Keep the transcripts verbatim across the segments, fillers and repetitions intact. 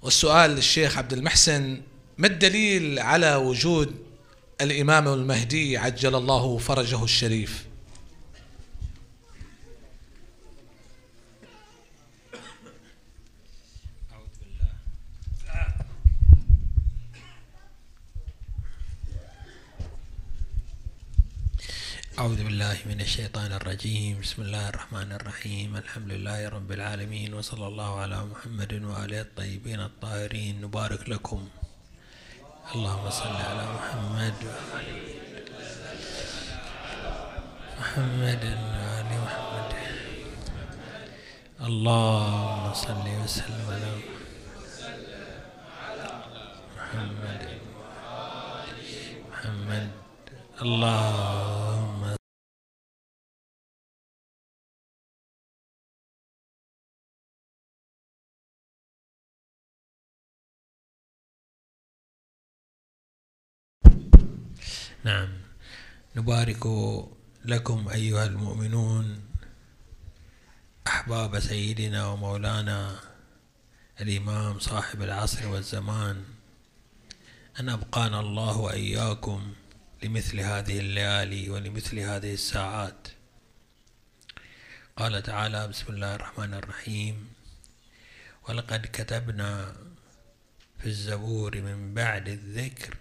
والسؤال للشيخ عبد المحسن: ما الدليل على وجود الإمام المهدي عجل الله فرجه الشريف؟ أعوذ بالله من الشيطان الرجيم. بسم الله الرحمن الرحيم. الحمد لله رب العالمين، وصلى الله على محمد وآله الطيبين الطاهرين. نبارك لكم. اللهم صل على محمد محمد وآل محمد. اللهم صل وسلم على محمد محمد. اللهم نعم. نبارك لكم أيها المؤمنون أحباب سيدنا ومولانا الإمام صاحب العصر والزمان، أن أبقانا الله وإياكم لمثل هذه الليالي ولمثل هذه الساعات. قال تعالى: بسم الله الرحمن الرحيم: ولقد كتبنا في الزبور من بعد الذكر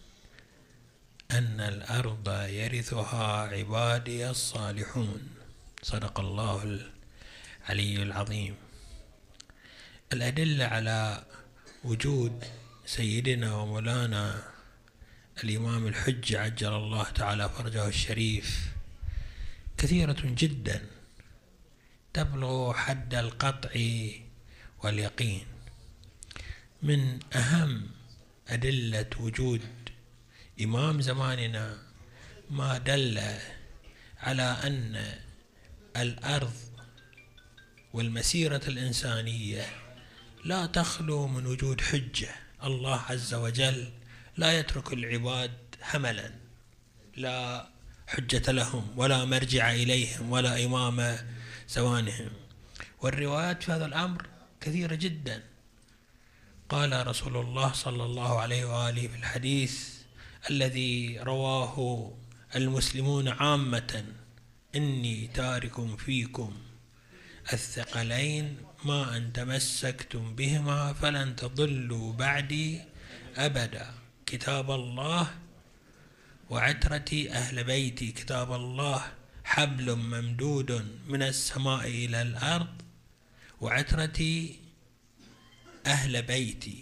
أن الأرض يرثها عبادي الصالحون. صدق الله العلي العظيم. الأدلة على وجود سيدنا ومولانا الإمام الحج عجل الله تعالى فرجه الشريف كثيرة جدا، تبلغ حد القطع واليقين. من أهم أدلة وجود إمام زماننا ما دل على أن الأرض والمسيرة الإنسانية لا تخلو من وجود حجة. الله عز وجل لا يترك العباد هملا، لا حجة لهم ولا مرجع إليهم ولا إمام زمانهم. والروايات في هذا الأمر كثيرة جدا. قال رسول الله صلى الله عليه وآله في الحديث الذي رواه المسلمون عامة: إني تارك فيكم الثقلين ما أن تمسكتم بهما فلن تضلوا بعدي أبدا، كتاب الله وعترتي أهل بيتي. كتاب الله حبل ممدود من السماء إلى الأرض، وعترتي أهل بيتي،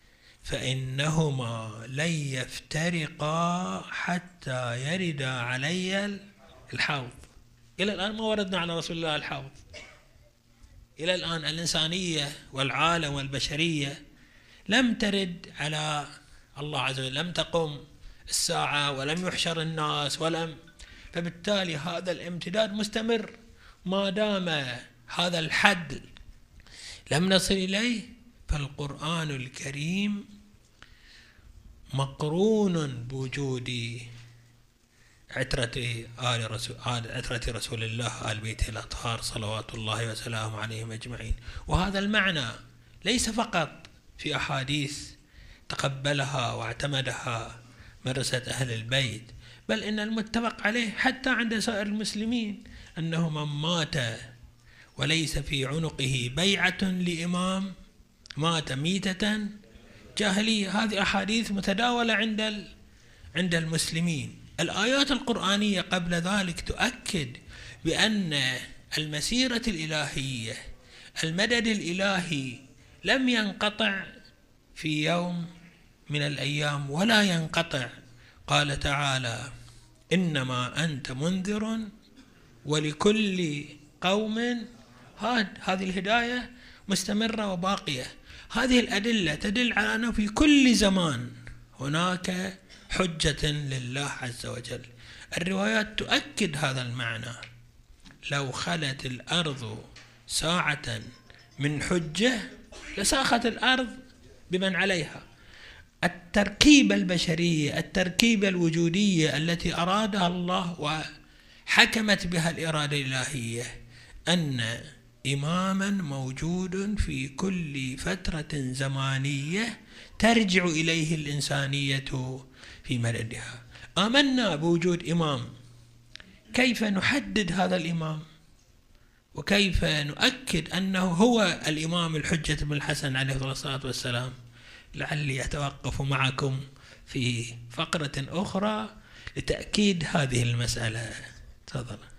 فإنهما لن يفترقا حتى يرد علي الحوض. إلى الآن ما وردنا على رسول الله الحوض. إلى الآن الإنسانية والعالم والبشرية لم ترد على الله عز وجل، لم تقم الساعة ولم يحشر الناس ولم، فبالتالي هذا الامتداد مستمر ما دام هذا الحد لم نصل إليه. فالقرآن الكريم مقرون بوجود عترة آل رسول عترة رسول الله آل بيته الأطهار صلوات الله وسلامه عليهم أجمعين. وهذا المعنى ليس فقط في أحاديث تقبلها واعتمدها مدرسة أهل البيت، بل إن المتفق عليه حتى عند سائر المسلمين أنه من مات وليس في عنقه بيعة لإمام مات ميتة جاهلية. هذه أحاديث متداولة عند عند المسلمين. الآيات القرآنية قبل ذلك تؤكد بأن المسيرة الإلهية، المدد الإلهي لم ينقطع في يوم من الأيام ولا ينقطع. قال تعالى: إنما أنت منذر ولكل قوم هاد. هذه الهداية مستمرة وباقية. هذه الأدلة تدل على أنه في كل زمان هناك حجة لله عز وجل. الروايات تؤكد هذا المعنى. لو خلت الأرض ساعة من حجة لساخت الأرض بمن عليها. التركيبة البشرية، التركيبة الوجودية التي أرادها الله وحكمت بها الإرادة الإلهية، أن إماما موجود في كل فترة زمانية ترجع إليه الإنسانية في مددها. آمنا بوجود إمام، كيف نحدد هذا الإمام؟ وكيف نؤكد أنه هو الإمام الحجة بن الحسن عليه الصلاة والسلام؟ لعلي أتوقف معكم في فقرة أخرى لتأكيد هذه المسألة. تفضل.